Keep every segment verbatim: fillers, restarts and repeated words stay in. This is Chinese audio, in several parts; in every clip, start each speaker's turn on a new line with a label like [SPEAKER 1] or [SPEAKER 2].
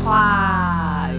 [SPEAKER 1] 话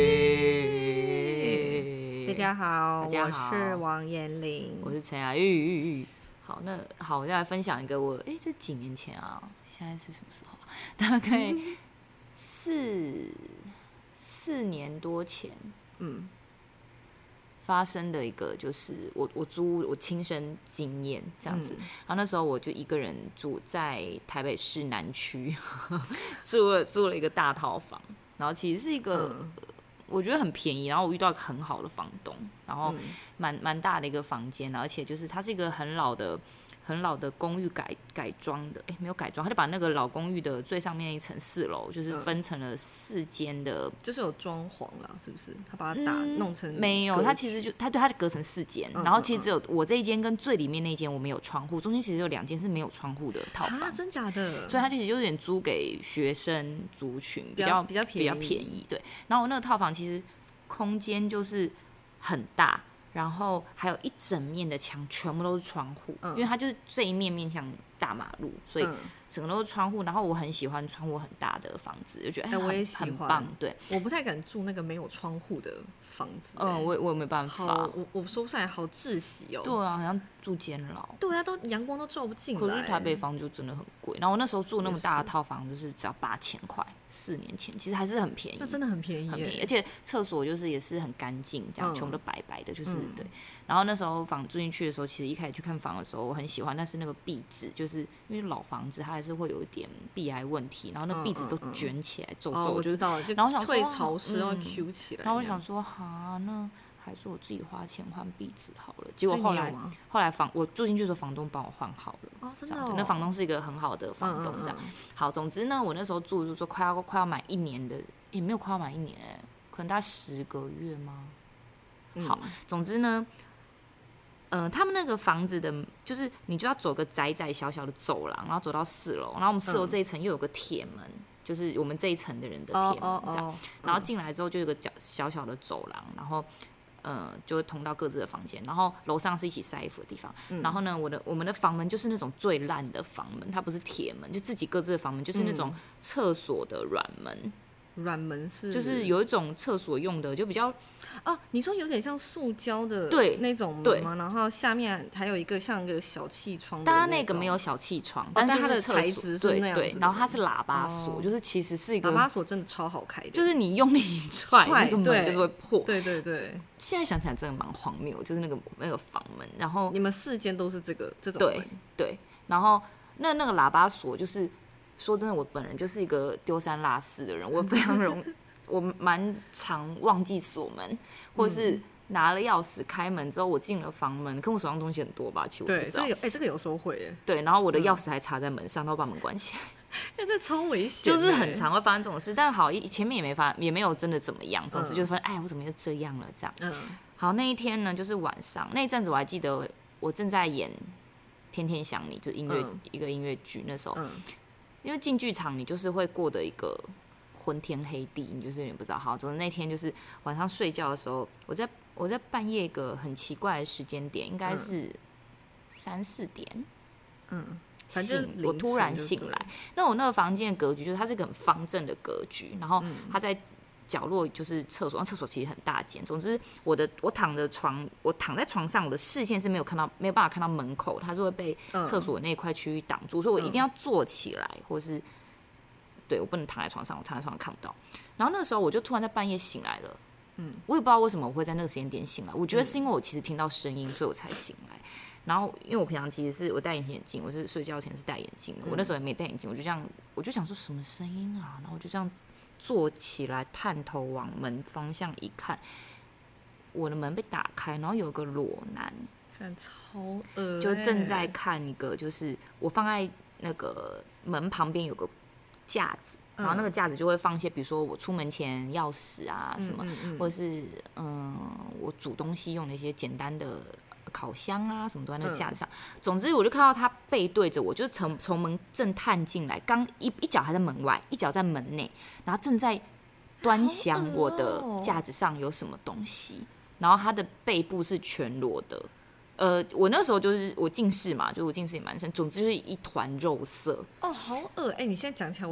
[SPEAKER 2] 语。大家好，
[SPEAKER 1] 大家好，
[SPEAKER 2] 我是王彦霖，
[SPEAKER 1] 我是陈雅玉。好，那好，我就来分享一个我，哎，这几年前啊，现在是什么时候？大概四四年多前，嗯，发生的一个就是我我租我亲身经验这样子。嗯、然后那时候我就一个人住在台北市南区，住了住了一个大套房，然后其实是一个。嗯我觉得很便宜，然后我遇到一个很好的房东，然后蛮蛮大的一个房间，而且就是它是一个很老的、很老的公寓改改装的，哎，没有改装，他就把那个老公寓的最上面一层四楼，就是分成了四间的、嗯，
[SPEAKER 2] 就是有装潢啦，是不是？他把它打、嗯、弄成
[SPEAKER 1] 没有，他其实就他对他就隔成四间、嗯，然后其实只有我这一间跟最里面那一间我们有窗户，中间其实有两间是没有窗户的套房，
[SPEAKER 2] 啊，真假的？
[SPEAKER 1] 所以他其实就有点租给学生族群，比较
[SPEAKER 2] 比较便宜，
[SPEAKER 1] 比较便宜，对。然后我那个套房其实空间就是很大，然后还有一整面的墙全部都是窗户、嗯，因为它就是这一面面向大马路，所以整个都是窗户。然后我很喜欢窗户很大的房子，就觉得哎、欸，
[SPEAKER 2] 我也喜欢，
[SPEAKER 1] 很棒。对，
[SPEAKER 2] 我不太敢住那个没有窗户的房子、欸。
[SPEAKER 1] 嗯，我我也没办法，
[SPEAKER 2] 我我说不上来，好窒息哦。
[SPEAKER 1] 对啊，好像住监牢。
[SPEAKER 2] 对啊，都阳光都照不进来。
[SPEAKER 1] 可是台北房就真的很贵。然后我那时候住那么大的套房，就是只要八千块。四年前其实还是很便宜，
[SPEAKER 2] 那真的很便宜，
[SPEAKER 1] 很便宜，而且厕所就是也是很干净，这样全部都白白的，就是、嗯、对。然后那时候房住进去的时候，其实一开始去看房的时候，我很喜欢，但是那个壁纸就是因为老房子它还是会有一点壁癌问题，然后那壁纸都卷起来皱皱、嗯嗯嗯，
[SPEAKER 2] 我知道了，就
[SPEAKER 1] 然后我想
[SPEAKER 2] 会潮湿，然后 Q 起来、
[SPEAKER 1] 嗯。然后我想说，哈，那还是我自己花钱换壁纸好了。结果后来后来房我住进去的时候，房东帮我换好了。
[SPEAKER 2] 哦，真的、哦。
[SPEAKER 1] 那房东是一个很好的房东，这样、嗯嗯嗯。好，总之呢，我那时候住就说快要快要满一年的，也没有快要满一年、欸，可能大概十个月吗？嗯、好，总之呢，嗯、呃，他们那个房子的，就是你就要走个窄窄小小的走廊，然后走到四楼，然后我们四楼这一层又有个铁门。嗯，就是我们这一层的人的铁门这样， oh, oh, oh, 然后进来之后就有个小小的走廊，然后呃就会通到各自的房间，然后楼上是一起晒衣服的地方、嗯。然后呢，我的我们的房门就是那种最烂的房门，它不是铁门，就自己各自的房门，就是那种厕所的软门。
[SPEAKER 2] 软门是
[SPEAKER 1] 就是有一种厕所用的，就比较
[SPEAKER 2] 哦，你说有点像塑胶的那种门吗？然后下面还有一个像一个小气窗的那种，
[SPEAKER 1] 当然那个没有小气窗，
[SPEAKER 2] 哦、
[SPEAKER 1] 但是
[SPEAKER 2] 它的材质是那样子的，
[SPEAKER 1] 对对，然后它是喇叭锁、哦，就是其实是一个
[SPEAKER 2] 喇叭锁，真的超好开的，
[SPEAKER 1] 就是你用力一踹，那个门就是会破。
[SPEAKER 2] 对对对，
[SPEAKER 1] 现在想起来真的蛮荒谬，就是那个那个房门，然后
[SPEAKER 2] 你们四间都是这个这种门，
[SPEAKER 1] 对对，然后那那个喇叭锁就是。说真的，我本人就是一个丢三落四的人，我非常容，我蛮常忘记锁门，或是拿了钥匙开门之后，我进了房门，可我手上东西很多吧，其实我不知道。
[SPEAKER 2] 对，这个有，哎、欸，这个有时候会耶。
[SPEAKER 1] 对，然后我的钥匙还插在门上，然后把门关起来。
[SPEAKER 2] 哎、欸，这超危险，
[SPEAKER 1] 就是很常会发生这种事。但好，前面也没发，也没有真的怎么样，总之就是发现，哎、嗯，我怎么又这样了？这样。嗯。好，那一天呢，就是晚上那一阵子，我还记得我正在演《天天想你》，就是音乐、嗯、一个音乐剧，那时候。嗯。因为进剧场，你就是会过的一个昏天黑地，你就是有点不知道。好，总之那天就是晚上睡觉的时候，我在我在半夜一个很奇怪的时间点，应该是三四点，嗯，反正我突然醒来。那我那个房间的格局就是它是一个很方正的格局，然后它在角落就是厕所，厕所其实很大间。总之，我的我躺的床，我躺在床上，我的视线是没有看到，没有办法看到门口，它是会被厕所那一块区域挡住，所以我一定要坐起来，或是对我不能躺在床上，我躺在床上看不到。然后那个时候我就突然在半夜醒来了，嗯，我也不知道为什么我会在那个时间点醒来，我觉得是因为我其实听到声音，所以我才醒来。然后因为我平常其实是我戴隐形眼镜，我是睡觉前是戴眼镜的，我那时候也没戴眼镜，我就这样，我就想说什么声音啊，然后我就这样。坐起来，探头往门方向一看，我的门被打开，然后有个裸男，
[SPEAKER 2] 看超恶、欸，
[SPEAKER 1] 就正在看一个，就是我放在那个门旁边有个架子，然后那个架子就会放一些，比如说我出门前钥匙啊什么，嗯嗯嗯或者是嗯我煮东西用的一些简单的。烤箱啊，什么都在那个架子上。嗯、总之，我就看到他背对着我，就是从从门正探进来，刚一一脚还在门外，一脚在门内，然后正在端详我的架子上有什么东西。哦、然后他的背部是全裸的，呃，我那时候就是我近视嘛，就我近视也蛮深，总之就是一团肉色。
[SPEAKER 2] 哦，好恶哎、欸！你现在讲起来我。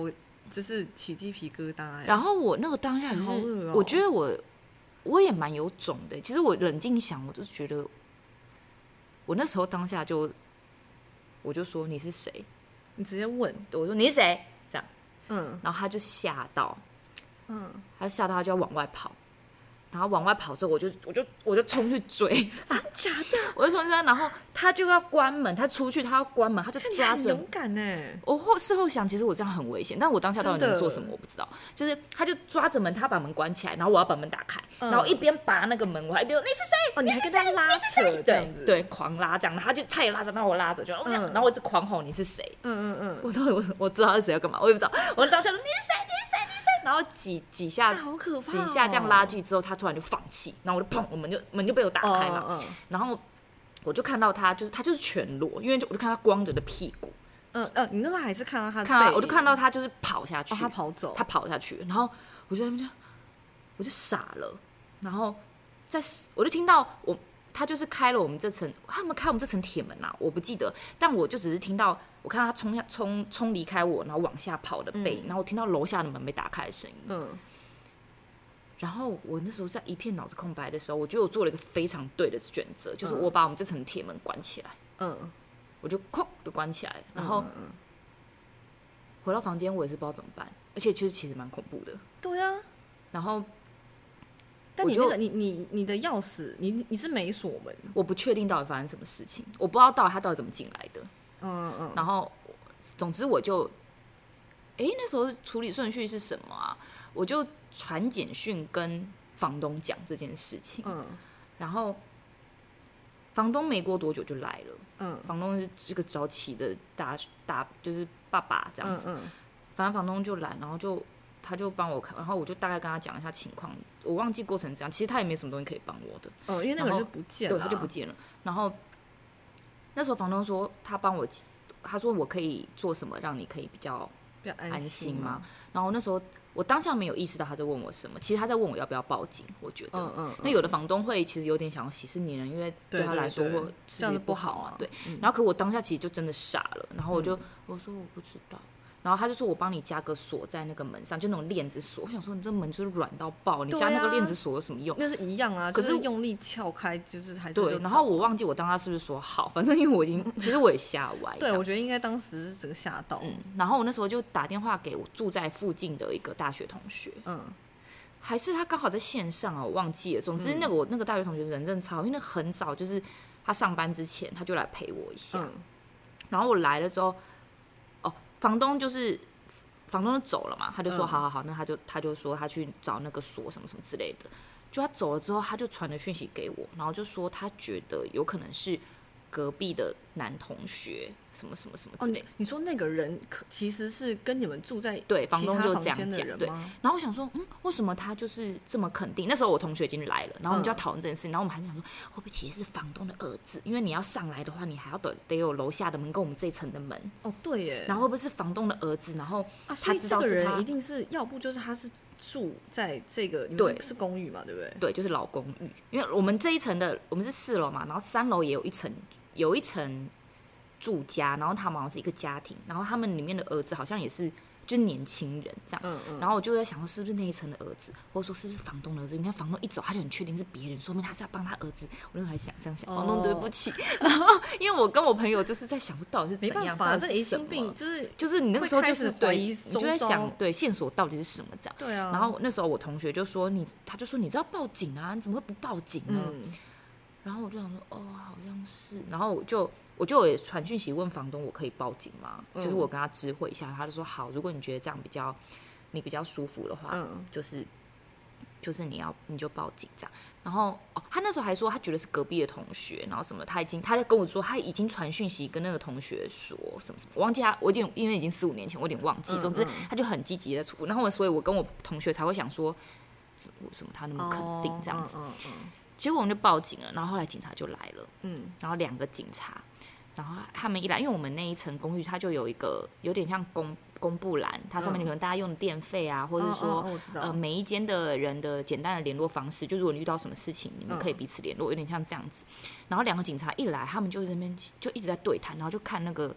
[SPEAKER 2] 就是起鸡皮疙瘩。
[SPEAKER 1] 然后我那个当下就是，哦、我觉得我我也蛮有种的。其实我冷静想，我就觉得我那时候当下就我就说你是谁？
[SPEAKER 2] 你直接问，
[SPEAKER 1] 我说你是谁？这样，嗯，然后他就吓到，嗯，他吓到他就要往外跑。然后往外跑之后，我就我就我就冲去追，
[SPEAKER 2] 真假的？
[SPEAKER 1] 我就冲去追，然后他就要关门，他出去，他要关门，他就抓着。
[SPEAKER 2] 勇敢哎！
[SPEAKER 1] 我后事后想，其实我这样很危险，但我当下到底能做什么，我不知道。就是他就抓着门，他把门关起来，然后我要把门打开，嗯、然后一边拔那个门，我还一边说你是谁？
[SPEAKER 2] 哦，你还跟他拉扯，
[SPEAKER 1] 对对，狂拉这样，他就他也拉着，然后我拉着，就、嗯、然后我一直狂吼你是谁？嗯嗯嗯，我到底我我知道他是谁要干嘛，我也不知道。我当下说你是谁？你是谁？你是谁？然后几几下，
[SPEAKER 2] 好可怕、哦！
[SPEAKER 1] 几下这样拉锯之后，他突然就放弃，然后我就砰，我门就门就被我打开嘛。Oh, uh, uh. 然后我就看到他，就是他就是全裸，因为就我就看他光着的屁股。
[SPEAKER 2] 嗯嗯、呃，你那时候还是看到他的背
[SPEAKER 1] 看到，我就看到他就是跑下去，
[SPEAKER 2] 哦、他跑走，
[SPEAKER 1] 他跑下去，然后我就在那边就我就傻了，然后在我就听到我他就是开了我们这层，他们开我们这层铁门啊，我不记得，但我就只是听到。我看到他冲下冲冲离开我，然后往下跑的背影、嗯，然后我听到楼下的门被打开的声音。嗯，然后我那时候在一片脑子空白的时候，我觉得我做了一个非常对的选择，就是我把我们这层铁门关起来。嗯，我就哐就关起来，然后回到房间，我也是不知道怎么办，而且其实其实蛮恐怖的。
[SPEAKER 2] 对啊，
[SPEAKER 1] 然后。
[SPEAKER 2] 但你那个你你你的钥匙，你你是没锁门，
[SPEAKER 1] 我不确定到底发生什么事情，我不知道到底他到底怎么进来的。嗯嗯，然后总之我就，哎、欸，那时候处理顺序是什么啊？我就传简讯跟房东讲这件事情，嗯，然后房东没过多久就来了，嗯，房东是这个早起的大大就是爸爸这样子，嗯嗯，反正房东就来，然后就他就帮我看，然后我就大概跟他讲一下情况，我忘记过程怎样，其实他也没什么东西可以帮我的，
[SPEAKER 2] 嗯，因为那个人就不见了，
[SPEAKER 1] 对，他就不见了，然后。那时候房东说他帮我，他说我可以做什么让你可以比较安心吗？然后那时候我当下没有意识到他在问我什么，其实他在问我要不要报警。我觉得，嗯嗯嗯、那有的房东会其实有点想要息事宁人，因为对他来说或
[SPEAKER 2] 这样子不好啊。
[SPEAKER 1] 对，嗯、然后可我当下其实就真的傻了，然后我就、嗯、我说我不知道。然后他就说我帮你加个锁在那个门上，就那种链子锁。我想说你这门就是软到爆，你加那个链子锁有什么用？
[SPEAKER 2] 那是一样啊，可是用力撬开就是还是
[SPEAKER 1] 对。然后我忘记我当他是不是说好，反正因为我已经其实我也吓歪。
[SPEAKER 2] 对，我觉得应该当时是整个吓到。
[SPEAKER 1] 嗯，然后我那时候就打电话给我住在附近的一个大学同学，嗯，还是他刚好在线上啊，我忘记了。总之那个我那个大学同学人真的超好，因为很早就是他上班之前他就来陪我一下，嗯、然后我来了之后。房东就是房东就走了嘛，他就说好好好，那他就他就说他去找那个锁什么什么之类的。就他走了之后，他就传了讯息给我，然后就说他觉得有可能是隔壁的男同学什么什么什么之类的。
[SPEAKER 2] 哦、你, 你说那个人其实是跟你们住在
[SPEAKER 1] 对房东就这样讲
[SPEAKER 2] 对，
[SPEAKER 1] 然后我想说，嗯，为什么他就是这么肯定？那时候我同学已经来了，然后我们就要讨论这件事，然后我们还想说，会不会其实是房东的儿子？因为你要上来的话，你还要得得有楼下的门跟我们这一层的门。
[SPEAKER 2] 哦，对耶。
[SPEAKER 1] 然后会不会是房东的儿子？然后
[SPEAKER 2] 他知道是他、啊、所以这个人一定是要不就是他是住在这个你们是公寓嘛，对不对？
[SPEAKER 1] 对，就是老公寓。因为我们这一层的我们是四楼嘛，然后三楼也有一层，有一层。住家，然后他们好像是一个家庭，然后他们里面的儿子好像也是就是年轻人这样，嗯嗯、然后我就在想说是不是那一层的儿子，或者说是不是房东的儿子？你看房东一走，他就很确定是别人，说明他是要帮他儿子。我那时候还想这样想，房东对不起。哦、然后因为我跟我朋友就是在想说到底是怎样，
[SPEAKER 2] 没办法，这疑心病就是
[SPEAKER 1] 就是你那个时候就是
[SPEAKER 2] 怀疑，
[SPEAKER 1] 你就在想对线索到底是什么这样。
[SPEAKER 2] 对啊。
[SPEAKER 1] 然后那时候我同学就说你，他就说你知道报警啊，你怎么会不报警呢？嗯、然后我就想说哦，好像是，然后我就。我就有传讯息问房东，我可以报警吗？嗯、就是我跟他知会一下，他就说好。如果你觉得这样比较你比较舒服的话，嗯、就是就是你要你就报警这样。然后哦，他那时候还说他觉得是隔壁的同学，然后什么他已经他就跟我说他已经传讯息跟那个同学说什么什么，我忘记他，我有点因为已经四五年前，我有点忘记。嗯、总之他就很积极的处理，然后所以我跟我同学才会想说，为什么他那么肯定这样子？哦嗯嗯嗯、结果我们就报警了，然后后来警察就来了，嗯，然后两个警察。然后他们一来，因为我们那一层公寓它就有一个有点像公公布栏，它上面可能大家用的电费啊，嗯、或者说、哦哦、呃每一间的人的简单的联络方式，就如果你遇到什么事情，你们可以彼此联络，有点像这样子。然后两个警察一来，他们就在那边就一直在对谈，然后就看那个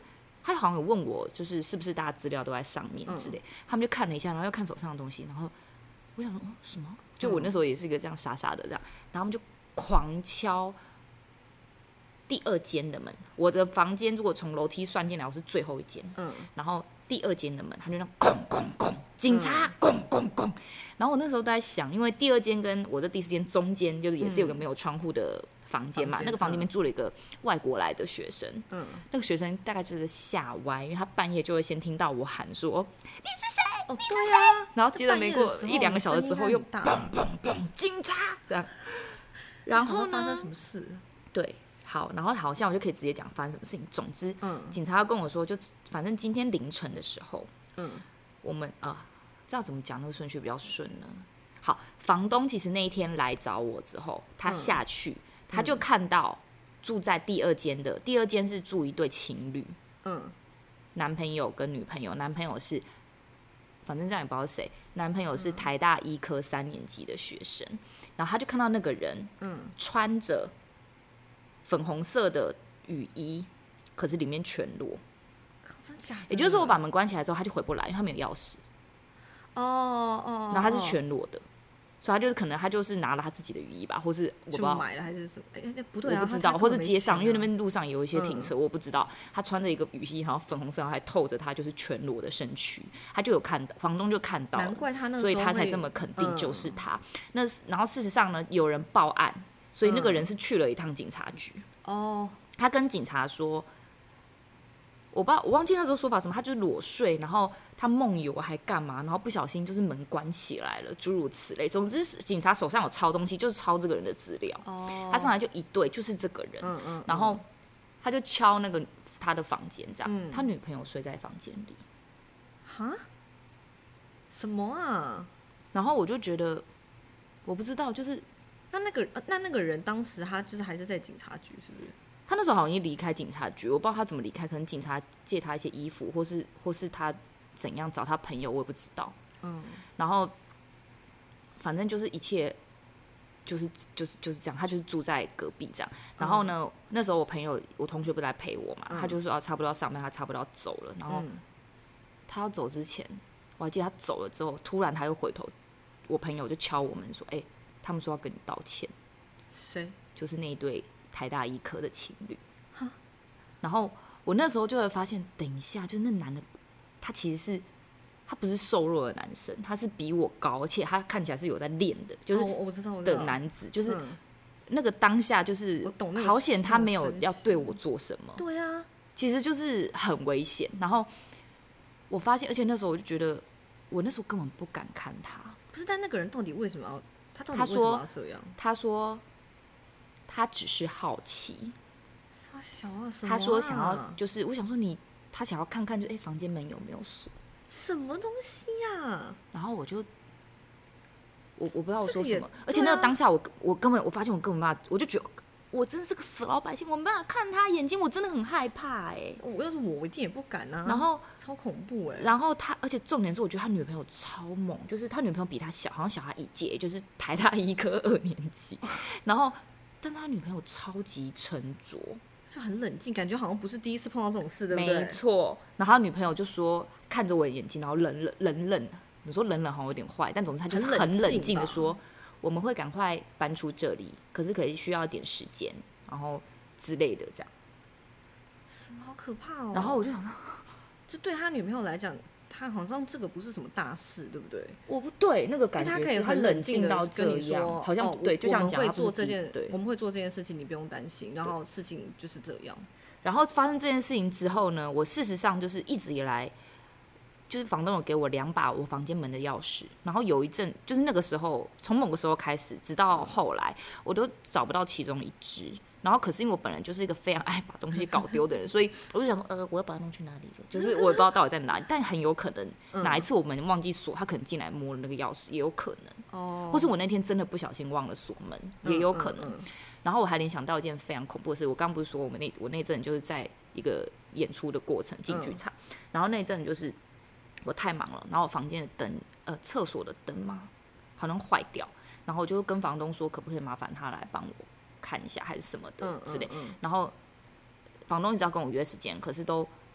[SPEAKER 1] 他好像有问我，就是是不是大家资料都在上面之类，嗯、他们就看了一下，然后又看手上的东西，然后我想说，哦，什么？就我那时候也是一个这样傻傻的这样，然后他们就狂敲第二间的门。我的房间如果从楼梯算进来，我是最后一间，嗯，然后第二间的门，他就这样咣咣咣，警察咣咣咣。然后我那时候在想，因为第二间跟我的第四间中间就是也是有个没有窗户的房间嘛，那个房间里面住了一个外国来的学生，嗯，那个学生大概就是吓歪，因为他半夜就会先听到我喊说你是谁？哦、你是谁？啊、然后接着没过一两个小时之后又嘣嘣嘣，警察这样。然后呢？
[SPEAKER 2] 发生什么事？
[SPEAKER 1] 对，好，然后好像我就可以直接讲发生什么事情。总之，嗯，警察要跟我说，就反正今天凌晨的时候，嗯，我们啊、呃，知道怎么讲那个顺序比较顺呢？好，房东其实那一天来找我之后，他下去。嗯，他就看到住在第二间的，第二间是住一对情侣，嗯，男朋友跟女朋友，男朋友是，反正这样也不知道是谁，男朋友是台大医科三年级的学生，然后他就看到那个人，嗯，穿着粉红色的雨衣，可是里面全裸，
[SPEAKER 2] 真假的？
[SPEAKER 1] 也就是说，我把门关起来之后，他就回不来，因为他没有钥匙，
[SPEAKER 2] 哦哦，
[SPEAKER 1] 然后他是全裸的。所以他就是可能他就是拿了他自己的雨衣吧，或是我不知道
[SPEAKER 2] 买了还是什么，哎、欸，不对、啊，
[SPEAKER 1] 我不知道，或是街上，因为那边路上有一些停车，嗯、我不知道。他穿着一个雨衣，然后粉红色，然后还透着他就是全裸的身躯，他就有看到，房东就看到了，
[SPEAKER 2] 难怪他那时候，
[SPEAKER 1] 所以他才这么肯定就是他。嗯、那然后事实上呢，有人报案，所以那个人是去了一趟警察局。哦、嗯，他跟警察说。我不知道，我忘记那时候说法什么，他就裸睡，然后他梦游还干嘛，然后不小心就是门关起来了，诸如此类。总之，警察手上有抄东西，就是抄这个人的资料。哦，他上来就一对，就是这个人。嗯嗯。然后他就敲那个他的房间，这样、嗯，他女朋友睡在房间里。
[SPEAKER 2] 哈？什么啊？
[SPEAKER 1] 然后我就觉得，我不知道，就是
[SPEAKER 2] 那那个那那个人当时他就是还是在警察局，是不是？
[SPEAKER 1] 他那时候好像已经离开警察局，我不知道他怎么离开，可能警察借他一些衣服，或是或是他怎样找他朋友，我也不知道。嗯，然后反正就是一切就是就是就是这样，他就是住在隔壁这样。然后呢，嗯、那时候我朋友我同学不来陪我嘛，嗯、他就说啊差不多要上班，他差不多要走了。然后他要走之前，我还记得他走了之后，突然他又回头，我朋友就敲我们说：“哎、欸，他们说要跟你道歉。”
[SPEAKER 2] 谁？
[SPEAKER 1] 就是那一对。台大医科的情侣，然后我那时候就会发现，等一下，就是那男的，他其实是他不是瘦弱的男生，他是比我高，而且他看起来是有在练的，就是
[SPEAKER 2] 我知道
[SPEAKER 1] 的男子，就是那个当下就是好险，他没有要对我做什么，
[SPEAKER 2] 对啊，
[SPEAKER 1] 其实就是很危险。然后我发现，而且那时候我就觉得，我那时候根本不敢看他，
[SPEAKER 2] 不是，但那个人到底为什么要他到底为什么要这样？
[SPEAKER 1] 他说。他只是好奇，
[SPEAKER 2] 傻小啊！什么啊
[SPEAKER 1] 他说想要，就是我想说你，他想要看看就，就、欸、哎，房间门有没有锁？
[SPEAKER 2] 什么东西呀、啊？
[SPEAKER 1] 然后我就，我我不知道我说什么，而且那个当下我我根本我发现我根本没办法，我就觉得我真的是个死老百姓，我没办法看他眼睛，我真的很害怕哎、欸。
[SPEAKER 2] 我要是我，我一定也不敢啊。
[SPEAKER 1] 然后
[SPEAKER 2] 超恐怖哎、欸。
[SPEAKER 1] 然后他，而且重点是，我觉得他女朋友超猛，就是他女朋友比他小，好像小他一届，就是台大医科二年级，然后。但是他女朋友超级沉着，
[SPEAKER 2] 就很冷静，感觉好像不是第一次碰到这种事，对不对？
[SPEAKER 1] 没错。然后他女朋友就说，看着我的眼睛，然后冷冷冷冷，你说冷冷好像有点坏，但总之他就是很冷静的说，我们会赶快搬出这里，可是可以需要一点时间，然后之类的这样。
[SPEAKER 2] 什么好可怕哦！
[SPEAKER 1] 然后我就想说，
[SPEAKER 2] 这对他女朋友来讲。他好像这个不是什么大事，对不对？
[SPEAKER 1] 我不对那个感觉，
[SPEAKER 2] 他可以很冷静
[SPEAKER 1] 到这样，好像不对，
[SPEAKER 2] 哦、
[SPEAKER 1] 就像讲
[SPEAKER 2] 我们会做这件，我们会做这件事情，你不用担心。然后事情就是这样。
[SPEAKER 1] 然后发生这件事情之后呢，我事实上就是一直以来，就是房东有给我两把我房间门的钥匙，然后有一阵就是那个时候，从某个时候开始，直到后来，我都找不到其中一只。然后可是因为我本人就是一个非常爱把东西搞丢的人，所以我就想说，呃，我要把它弄去哪里了？就是我也不知道到底在哪里，但很有可能哪一次我们忘记锁，他可能进来摸了那个钥匙，也有可能。哦。或是我那天真的不小心忘了锁门，也有可能。嗯嗯嗯、然后我还联想到一件非常恐怖的事，我刚刚不是说我们那我那阵就是在一个演出的过程进剧场，嗯、然后那阵就是我太忙了，然后我房间的灯，呃，厕所的灯嘛，好像坏掉，然后我就跟房东说，可不可以麻烦他来帮我。看一下还是什么的之类，嗯嗯嗯、然后房东一直要跟我约时间，可是都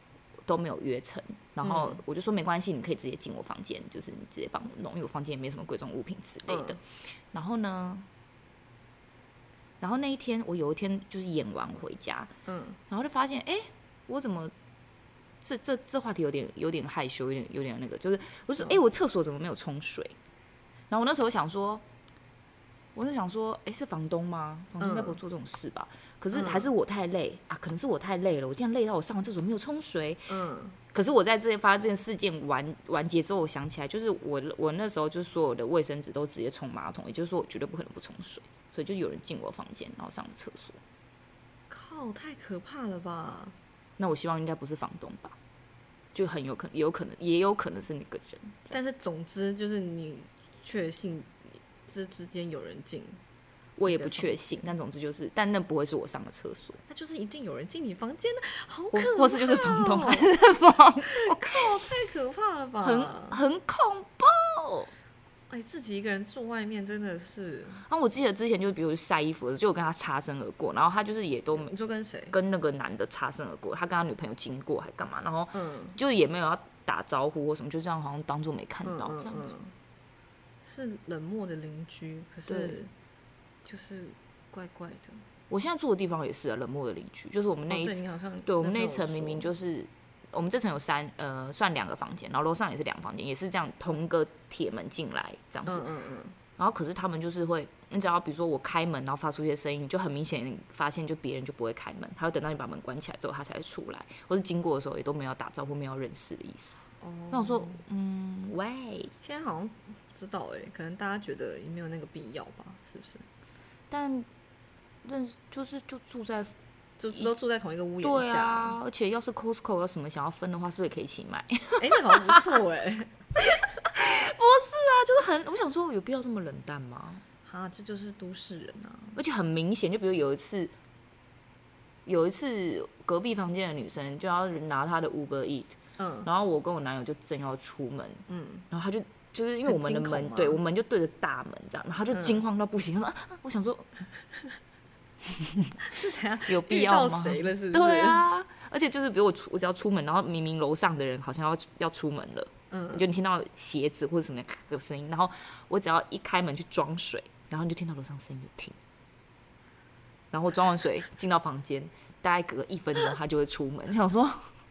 [SPEAKER 1] 都没有约成，然后我就说没关系，你可以直接进我房间，就是你直接帮我弄，因为我房间也没什么贵重物品之类的。嗯、然后呢，然后那一天我有一天就是演完回家，嗯，然后就发现，哎，我怎么这这这话题有点有点害羞，有点有点那个，就是我说，哎，我厕所怎么没有冲水？然后我那时候想说。我就想说，哎，是房东吗？房东应该不会做这种事吧？嗯、可是还是我太累、嗯、啊，可能是我太累了，我竟然累到我上完厕所没有冲水。嗯。可是我在这发生这件事件完完结之后，我想起来，就是我我那时候就是所有的卫生纸都直接冲马桶，也就是说我绝对不可能不冲水，所以就有人进我房间，然后上了厕所。
[SPEAKER 2] 靠，太可怕了吧？
[SPEAKER 1] 那我希望应该不是房东吧？就很有可能，有可能，也有可能是那个人。
[SPEAKER 2] 但是总之就是你确信。这之间有人进，
[SPEAKER 1] 我也不确信，但总之就是，但那不会是我上的厕所，
[SPEAKER 2] 那就是一定有人进你房间的，好可怕、哦，
[SPEAKER 1] 或是就是房东还是房东，
[SPEAKER 2] 靠，太可怕了吧，
[SPEAKER 1] 很很恐怖。
[SPEAKER 2] 哎，自己一个人住外面真的是。
[SPEAKER 1] 然后我记得之前就比如晒衣服的时候，就我跟他擦身而过，然后他就是也都，
[SPEAKER 2] 你说跟谁？
[SPEAKER 1] 跟那个男的擦身而过，他跟他女朋友经过还干嘛？然后嗯，就也没有要打招呼或什么，就这样好像当作没看到这样子。嗯嗯嗯
[SPEAKER 2] 是冷漠的邻居，可是就是怪怪的。
[SPEAKER 1] 我现在住的地方也是、啊、冷漠的邻居，就是我们那一层、
[SPEAKER 2] 哦，对，
[SPEAKER 1] 对我们那一层明明就是我们这层有三呃算两个房间，然后楼上也是两个房间，也是这样同一个铁门进来这样子。嗯嗯嗯。然后可是他们就是会，你只要比如说我开门，然后发出一些声音，你就很明显发现就别人就不会开门，他会等到你把门关起来之后他才会出来，或是经过的时候也都没有打招呼，没有认识的意思。哦。那我说，嗯，喂，
[SPEAKER 2] 现在好像。不知道哎、欸，可能大家觉得也没有那个必要吧，是不是？
[SPEAKER 1] 但认识就是就住在，
[SPEAKER 2] 就都住在同一个屋檐下。
[SPEAKER 1] 对啊，而且要是 Costco 有什么想要分的话，是不是也可以一起买？
[SPEAKER 2] 哎、欸，那好像不错哎、欸。
[SPEAKER 1] 不是啊，就是很，我想说，有必要这么冷淡吗？
[SPEAKER 2] 啊，这就是都市人啊！
[SPEAKER 1] 而且很明显，就比如有一次，有一次隔壁房间的女生就要拿她的 Uber Eat， 嗯，然后我跟我男友就正要出门，嗯，然后他就。就是因为我们的门，对我们就对着大门这样，然后他就惊慌到不行。他、嗯、说、啊：“我想说，
[SPEAKER 2] 是怎样？
[SPEAKER 1] 有必要吗？
[SPEAKER 2] 谁了是不是？
[SPEAKER 1] 对啊，而且就是比如我出，我只要出门，然后明明楼上的人好像要要出门了，嗯，就你听到鞋子或者什么咔的声音，然后我只要一开门去装水，然后你就听到楼上声音有停，然后我装完水进到房间，大概隔一分钟他就会出门。想说。”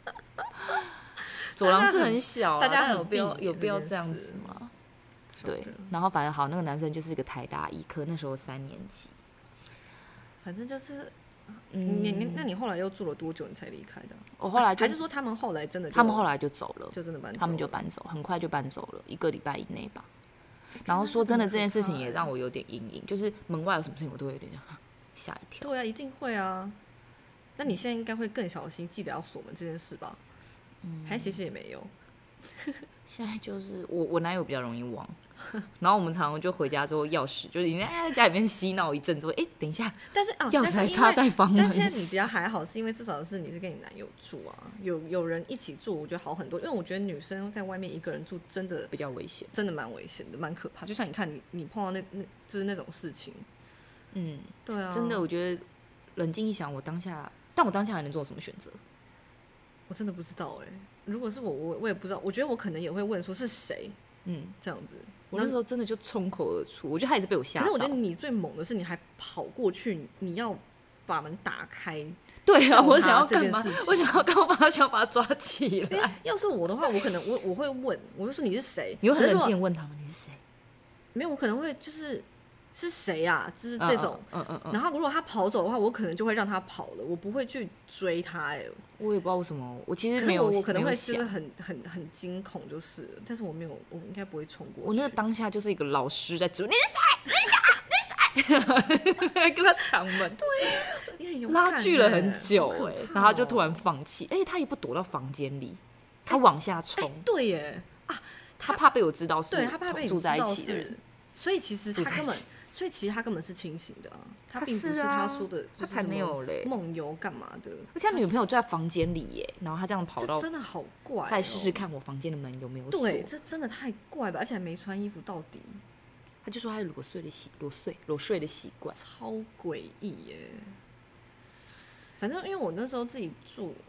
[SPEAKER 1] 走廊是很小、啊，
[SPEAKER 2] 大家
[SPEAKER 1] 有必要有必要这样子吗？对，然后反正好，那个男生就是一个台大医科，那时候三年级。
[SPEAKER 2] 反正就是，嗯，你你那你后来又住了多久你才离开的？
[SPEAKER 1] 我后来就
[SPEAKER 2] 还是说他们后来真的就，
[SPEAKER 1] 他们后来就走了，
[SPEAKER 2] 就真的搬走了，
[SPEAKER 1] 他们就搬走，很快就搬走了，一个礼拜以内吧。然后说真的，这件事情也让我有点阴影，就是门外有什么事情我都会有点吓一跳。
[SPEAKER 2] 对啊，一定会啊。那你现在应该会更小心，记得要锁门这件事吧？嗯，还其实也没有。
[SPEAKER 1] 现在就是我我男友比较容易忘，然后我们常常就回家之后钥匙就已经在家里面嬉闹一阵之后，哎、欸，等一下，
[SPEAKER 2] 但是啊，
[SPEAKER 1] 钥匙还插在房门。
[SPEAKER 2] 但现在你比较还好，是因为至少是你是跟你男友住啊，有有人一起住，我觉得好很多。因为我觉得女生在外面一个人住真的
[SPEAKER 1] 比较危险，
[SPEAKER 2] 真的蛮危险的，蛮可怕。就像你看你你碰到那那就是那种事情，嗯，对啊，
[SPEAKER 1] 真的，我觉得冷静一想，我当下，但我当下还能做什么选择？
[SPEAKER 2] 我真的不知道哎、欸。如果是我，我我也不知道。我觉得我可能也会问说是谁，嗯，这样子。
[SPEAKER 1] 我那时候真的就冲口而出，我觉得他也是被我吓到。
[SPEAKER 2] 可是我觉得你最猛的是，你还跑过去，你要把门打开。
[SPEAKER 1] 对啊，我想要干嘛？我想要干嘛？想要把他抓起来。
[SPEAKER 2] 要是我的话，我可能我我会问，我会说你是谁？
[SPEAKER 1] 你会很冷静问他们你是谁？
[SPEAKER 2] 没有，我可能会就是。是谁啊？就是这种，嗯嗯嗯。然后如果他跑走的话，我可能就会让他跑了，我不会去追他、欸。哎，
[SPEAKER 1] 我也不知道为什么，我其实没有，
[SPEAKER 2] 可是我我可能会就是很很很惊恐，就是，但是我没有，我应该不会冲过去。
[SPEAKER 1] 我那个当下就是一个老师在指你是谁，你是谁，你是谁，跟他抢门，
[SPEAKER 2] 对、啊，你很勇
[SPEAKER 1] 敢、欸，拉锯了很久、欸，哎、喔，然后他就突然放弃，而且他也不躲到房间里，他往下冲、欸，
[SPEAKER 2] 对耶，啊，
[SPEAKER 1] 他怕被我知道是，
[SPEAKER 2] 对他怕被你
[SPEAKER 1] 住在一起的人，
[SPEAKER 2] 所以其实他根本。所以其实他根本是清醒的啊，他并不是他说的，
[SPEAKER 1] 他才没有嘞，
[SPEAKER 2] 梦游干嘛的？
[SPEAKER 1] 而且他女朋友就在房间里耶，然后他这样跑到，
[SPEAKER 2] 真的好怪、喔。
[SPEAKER 1] 他来试试看我房间的门有没有锁。
[SPEAKER 2] 对，这真的太怪了，而且还没穿衣服到底。
[SPEAKER 1] 他就说他有裸睡的习裸睡裸睡的习惯，
[SPEAKER 2] 超诡异耶。反正因为我那时候自己住，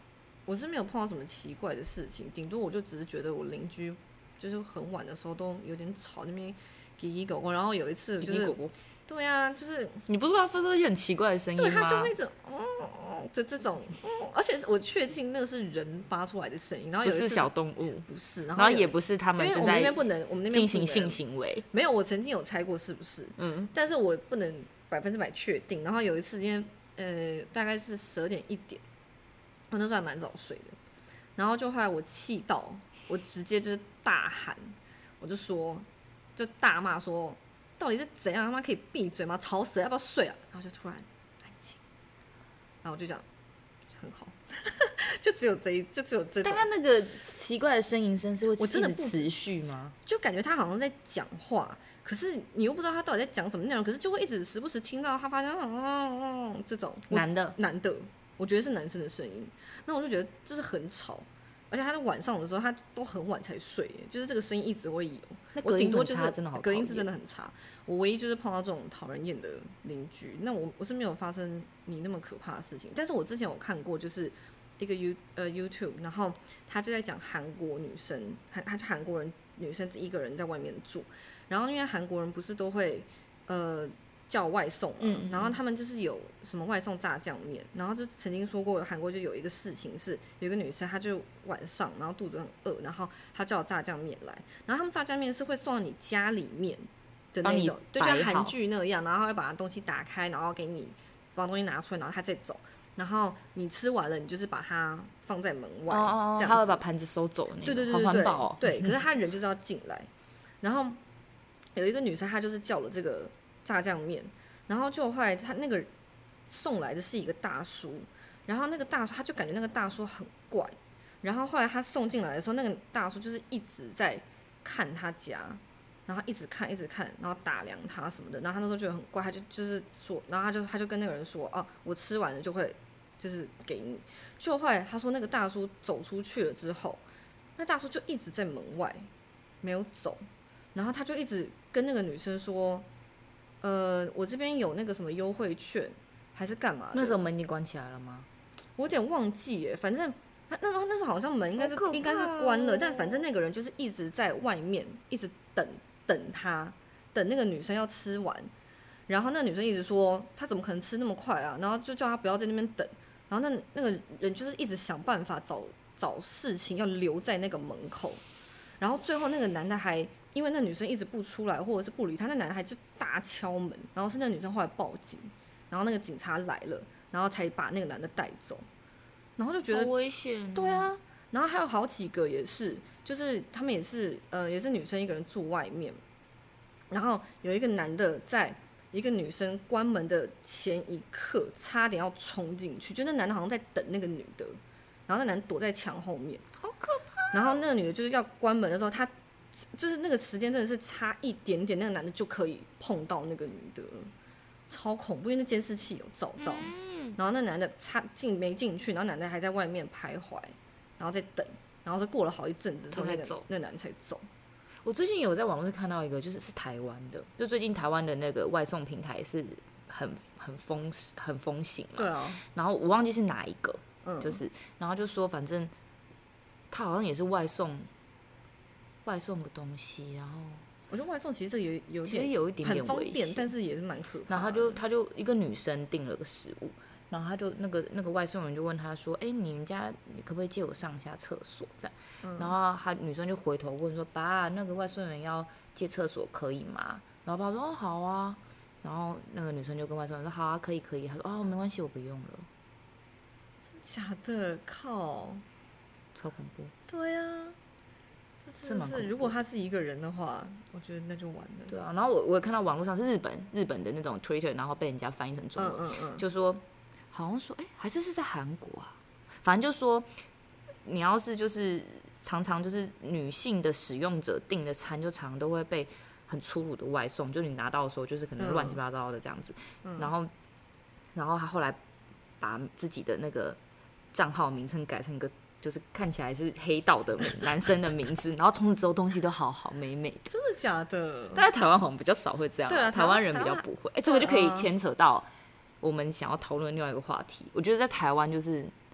[SPEAKER 2] 我是没有碰到什么奇怪的事情，顶多我就只是觉得我邻居就是很晚的时候都有点吵，那边叽叽狗狗，然后有一次就是。对啊，就是
[SPEAKER 1] 你不是说他发出一些很奇怪的声音吗？
[SPEAKER 2] 对，他就会一直嗯嗯的这种，嗯，而且我确信那个是人发出来的声音，然后有一次
[SPEAKER 1] 不是小动物，
[SPEAKER 2] 不是，
[SPEAKER 1] 然后, 然后也不是他们正在，
[SPEAKER 2] 因为我们那边不能，我们那边
[SPEAKER 1] 进行性行为。
[SPEAKER 2] 没有，我曾经有猜过是不是，嗯，但是我不能百分之百确定。然后有一次，因为呃大概是十二点一点，我那时候还蛮早睡的，然后就后来我气到，我直接就是大喊，我就说，就大骂说。到底是怎样？他妈可以闭嘴吗？吵死了，要不要睡啊？然后就突然安静，然后我就讲很好，就只有这一，就只有这种。
[SPEAKER 1] 但他那个奇怪的呻吟声是会一直持续吗？
[SPEAKER 2] 就感觉他好像在讲话，可是你又不知道他到底在讲什么内容，可是就会一直时不时听到他发出嗯嗯嗯这种
[SPEAKER 1] 男的
[SPEAKER 2] 男的，我觉得是男生的声音。那我就觉得这是很吵。而且他在晚上的时候，他都很晚才睡，就是这个声音一直会有。我顶多就是隔音是真的很差。我唯一就是碰到这种讨人厌的邻居。那我我是没有发生你那么可怕的事情，但是我之前有看过，就是一个 U 呃 YouTube， 然后他就在讲韩国女生，韩他韩国人女生一个人在外面住，然后因为韩国人不是都会呃。叫外送、啊嗯嗯，然后他们就是有什么外送炸酱面，然后就曾经说过韩国就有一个事情是有一个女生，她就晚上然后肚子很饿，然后她叫炸酱面来，然后他们炸酱面是会送到你家里面的那种，就像韩剧那样，然后会把东西打开，然后给你把东西拿出来，然后他再走，然后你吃完了，你就是把它放在门外，哦哦这样子
[SPEAKER 1] 他会把盘子收走的那种，
[SPEAKER 2] 对对对对对，好
[SPEAKER 1] 环保哦、
[SPEAKER 2] 对，可是他人就是要进来，然后有一个女生她就是叫了这个。炸酱面，然后就后来他那个送来的是一个大叔，然后那个大叔他就感觉那个大叔很怪，然后后来他送进来的时候，那个大叔就是一直在看他家，然后一直看一直看，然后打量他什么的，然后他那时候觉得很怪，他就就是说，然后他就他就跟那个人说，哦，我吃完了就会就是给你。就后来他说那个大叔走出去了之后，那大叔就一直在门外没有走，然后他就一直跟那个女生说。呃，我这边有那个什么优惠券，还是干嘛的？
[SPEAKER 1] 那时候门已经关起来了吗？
[SPEAKER 2] 我有点忘记耶，反正他那时候那时候好像门应该是、哦、应该是关了，但反正那个人就是一直在外面，一直等等他，等那个女生要吃完，然后那个女生一直说她怎么可能吃那么快啊，然后就叫她不要在那边等，然后那那个人就是一直想办法找找事情要留在那个门口，然后最后那个男的还。因为那女生一直不出来，或者是不理他，那男的还就大敲门，然后是那女生后来报警，然后那个警察来了，然后才把那个男的带走，然后就觉得
[SPEAKER 1] 好危险。
[SPEAKER 2] 对啊，然后还有好几个也是，就是他们也是呃也是女生一个人住外面，然后有一个男的在一个女生关门的前一刻差点要冲进去，就那男的好像在等那个女的，然后那男的躲在墙后面，
[SPEAKER 1] 好可怕。
[SPEAKER 2] 然后那个女的就是要关门的时候，他。就是那个时间真的是差一点点，那个男的就可以碰到那个女的了，超恐怖，因为那监视器有照到、嗯。然后那男的插进没进去，然后男的还在外面徘徊，然后再等，然后是过了好一阵子之后，那个那男的才走。
[SPEAKER 1] 我最近有在网络上看到一个，就是是台湾的，就最近台湾的那个外送平台是很很风很风行嘛。
[SPEAKER 2] 对啊。
[SPEAKER 1] 然后我忘记是哪一个，嗯、就是然后就说反正他好像也是外送。外送个东西，然后
[SPEAKER 2] 我觉得外送其实这有有点
[SPEAKER 1] 其实有一点点
[SPEAKER 2] 很方便，但是也是蛮可怕的。
[SPEAKER 1] 然后他就他就一个女生订了个食物，然后他就那个那个外送人就问他说：“哎、欸，你们家你可不可以借我上一下厕所？”这样，嗯、然后他女生就回头问说：“爸，那个外送员要借厕所可以吗？”然后爸说：“哦，好啊。”然后那个女生就跟外送员说：“好啊，可以可以。”他说：“哦，没关系，我不用了。”
[SPEAKER 2] 真假的？靠，
[SPEAKER 1] 超恐怖。
[SPEAKER 2] 对啊。真的是，如果他是一个人的话，我觉得那就完了。
[SPEAKER 1] 对啊，然后我我也看到网络上是日本日本的那种 Twitter， 然后被人家翻译成中文，嗯嗯嗯就说好像说，哎、欸，还是是在韩国啊，反正就说你要是就是常常就是女性的使用者订的餐，就常常都会被很粗鲁的外送，就你拿到的时候就是可能乱七八糟的这样子，嗯、然后然后他后来把自己的那个账号名称改成一个。就是看起来是黑道的男生的名字，然后从此之后东西都好好美美的。
[SPEAKER 2] 真的假的？
[SPEAKER 1] 但在台湾好像比较少会这样，
[SPEAKER 2] 对啊，
[SPEAKER 1] 台湾人比较不会。哎、欸，这个就可以牵扯到我们想要讨论另外一个话题。我觉得在台湾就是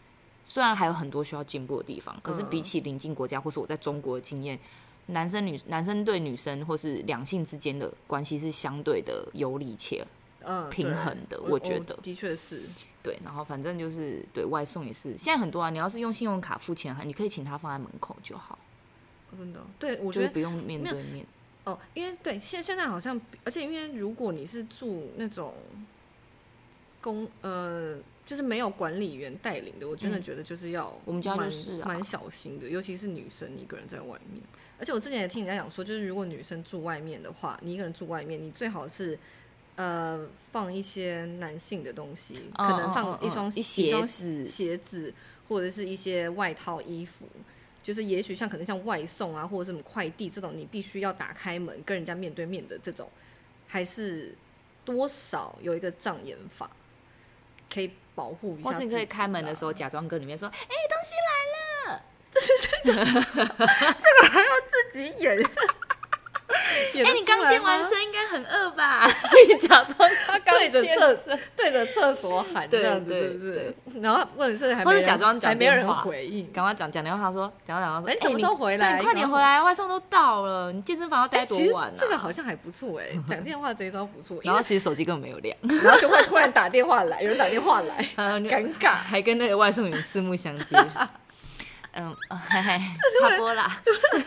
[SPEAKER 1] 虽然还有很多需要进步的地方，可是比起邻近国家或是我在中国的经验，男生女男生对女生或是两性之间的关系是相对的有理且平衡的，
[SPEAKER 2] 嗯、
[SPEAKER 1] 我觉得
[SPEAKER 2] 的确是。
[SPEAKER 1] 对，然后反正就是对外送也是，现在很多啊，你要是用信用卡付钱，你可以请他放在门口就好。
[SPEAKER 2] 哦、真的，对我觉得
[SPEAKER 1] 不用面对面。
[SPEAKER 2] 哦，因为对现现在好像，而且因为如果你是住那种公呃，就是没有管理员带领的，我真的觉得就是要、嗯、
[SPEAKER 1] 我们家就是
[SPEAKER 2] 蛮、啊、小心的，尤其是女生一个人在外面。而且我之前也听人家讲说，就是如果女生住外面的话，你一个人住外面，你最好是。呃，放一些男性的东西，哦、可能放一双、哦哦、
[SPEAKER 1] 鞋子、
[SPEAKER 2] 鞋子，或者是一些外套、衣服，就是也许像可能像外送啊，或者是什么快递这种，你必须要打开门跟人家面对面的这种，还是多少有一个障眼法，可以保护一下自己。
[SPEAKER 1] 或是你可以开门的时候假装跟里面说：“哎、欸，
[SPEAKER 2] 东西来了。”这个还要自己演。
[SPEAKER 1] 哎、欸，你刚健完身应该很饿吧？你假装他刚
[SPEAKER 2] 对着厕对着厕所喊这样子，对不对？然后或者是还没人，
[SPEAKER 1] 假装
[SPEAKER 2] 还没有人回应，
[SPEAKER 1] 赶快讲讲电话说，讲讲说，
[SPEAKER 2] 哎、欸，什么时候回来？
[SPEAKER 1] 你快点回来，外送都到了，你健身房要待多晚、啊
[SPEAKER 2] 欸？这个好像还不错哎、欸，讲电话这一招不错。
[SPEAKER 1] 然后其实手机根本没有亮，
[SPEAKER 2] 然后就会突然打电话来，有人打电话来，尴尬，
[SPEAKER 1] 还跟那个外送员四目相接。嗯，嘿嘿，插播啦。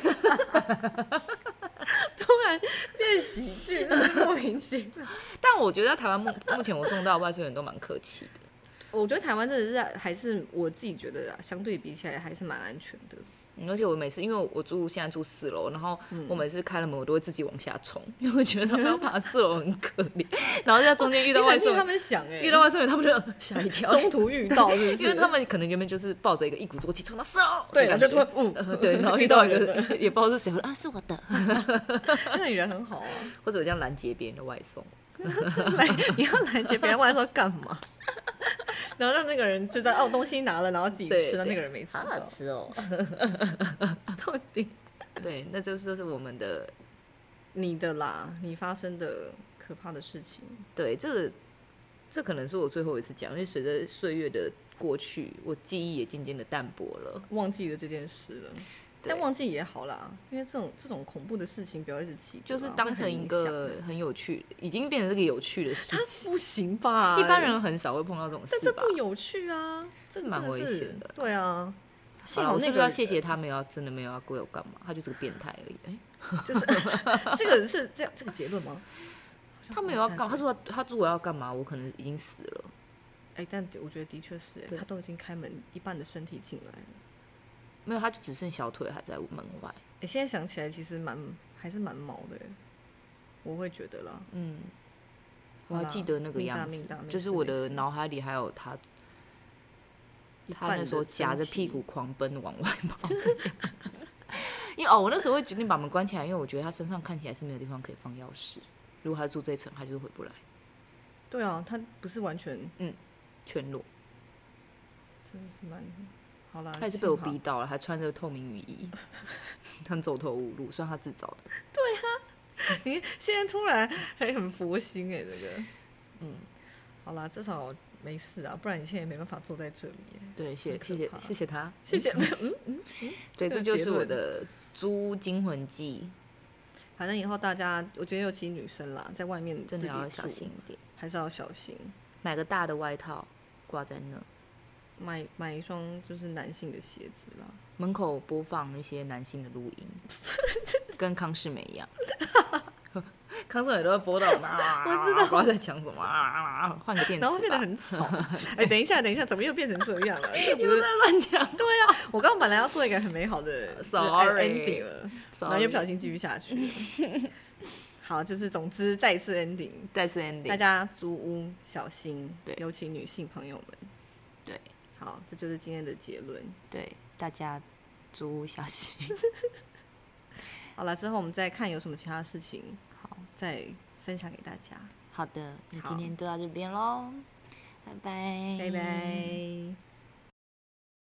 [SPEAKER 2] 突然变喜剧，莫名其妙。
[SPEAKER 1] 但我觉得在台湾目目前我送到的外送员都蛮客气的。
[SPEAKER 2] 我觉得台湾真的是还是我自己觉得啊，相对比起来还是蛮安全的。
[SPEAKER 1] 嗯、而且我每次因为我住现在住四楼，然后我每次开了门我都会自己往下冲，因为我觉得他们要爬四楼很可怜。然后在中间遇到外送员，
[SPEAKER 2] 他们想哎、欸，
[SPEAKER 1] 遇到外送员他们就吓一跳，
[SPEAKER 2] 中途遇到是不是？
[SPEAKER 1] 因为他们可能原本就是抱着一个一鼓作气冲到四楼，
[SPEAKER 2] 对，然后就突然嗯、
[SPEAKER 1] 呃，对，然后遇到一个也不知道是谁，啊，是我的，
[SPEAKER 2] 那你人很好啊。
[SPEAKER 1] 或者我这样拦截别人的外送，
[SPEAKER 2] 你要拦截别人外送干嘛？然后让那个人就在哦东西拿了，然后自己吃，那那个人没吃到，
[SPEAKER 1] 好好吃哦。
[SPEAKER 2] 到底
[SPEAKER 1] 对，那就是就是我们的
[SPEAKER 2] 你的啦，你发生的可怕的事情。
[SPEAKER 1] 对，这个这可能是我最后一次讲，因为随着岁月的过去，我记忆也渐渐的淡薄了，
[SPEAKER 2] 忘记了这件事了。但忘记也好啦，因为这种这种恐怖的事情不要一直记，
[SPEAKER 1] 就是当成一个很有趣，已经变成这个有趣的事情。
[SPEAKER 2] 不行吧？
[SPEAKER 1] 一般人很少会碰到这种事吧？
[SPEAKER 2] 但这不有趣啊，
[SPEAKER 1] 这是蛮危险的。
[SPEAKER 2] 对啊，
[SPEAKER 1] 幸好我是不是要谢谢他没有真的没有要对我干嘛？他就是个变态而已。
[SPEAKER 2] 哎，就是这个是这样这个结论吗？
[SPEAKER 1] 他没有要干嘛？他说他如果要干嘛，我可能已经死了。
[SPEAKER 2] 哎，但我觉得的确是，他都已经开门，一半的身体进来了。
[SPEAKER 1] 没有，他就只剩小腿还在门外。
[SPEAKER 2] 你、欸、现在想起来，其实蛮还是蛮毛的，我会觉得啦。
[SPEAKER 1] 嗯，我还记得那个样子，就是我的脑海里还有他，他那时候夹着屁股狂奔往外跑。因为哦，我那时候会决定把门关起来，因为我觉得他身上看起来是没有地方可以放钥匙。如果他住这一层，他就是回不来。
[SPEAKER 2] 对啊，他不是完全
[SPEAKER 1] 嗯全裸，
[SPEAKER 2] 真的是蛮。好啦，
[SPEAKER 1] 他也是被我逼到了，还穿着透明雨衣，很走投无路，算他自找的。
[SPEAKER 2] 对啊，你现在突然还很佛心哎、欸，这个，嗯，好啦，至少没事啊，不然你现在也没办法坐在这里、欸。
[SPEAKER 1] 对，谢谢谢谢谢他，
[SPEAKER 2] 谢谢。嗯嗯嗯，
[SPEAKER 1] 对，这就是我的租惊魂记。
[SPEAKER 2] 反正以后大家，我觉得尤其女生啦，在外面自己
[SPEAKER 1] 真的要小心一点，
[SPEAKER 2] 还是要小心。
[SPEAKER 1] 买个大的外套挂在那。
[SPEAKER 2] 买买一双就是男性的鞋子啦，
[SPEAKER 1] 门口播放一些男性的录音，跟康世美一样。康世美都会播到，啊、
[SPEAKER 2] 我知道，
[SPEAKER 1] 不知道在讲什么啊，换个电池吧，
[SPEAKER 2] 然后变得很吵。哎、欸，等一下，等一下，怎么又变成这样了？这不
[SPEAKER 1] 是在乱讲？
[SPEAKER 2] 对啊，我刚刚本来要做一个很美好的 ending 了，然后又不小心继续下去了。好，就是总之再一次 ending，
[SPEAKER 1] 再次 ending，
[SPEAKER 2] 大家租屋小心，
[SPEAKER 1] 对，
[SPEAKER 2] 尤其女性朋友们，
[SPEAKER 1] 对。
[SPEAKER 2] 好，这就是今天的结论。
[SPEAKER 1] 对，大家租屋小心。
[SPEAKER 2] 好了，之后我们再看有什么其他事情，
[SPEAKER 1] 好，
[SPEAKER 2] 再分享给大家。
[SPEAKER 1] 好的，那今天就到这边咯，拜拜，
[SPEAKER 2] 拜拜。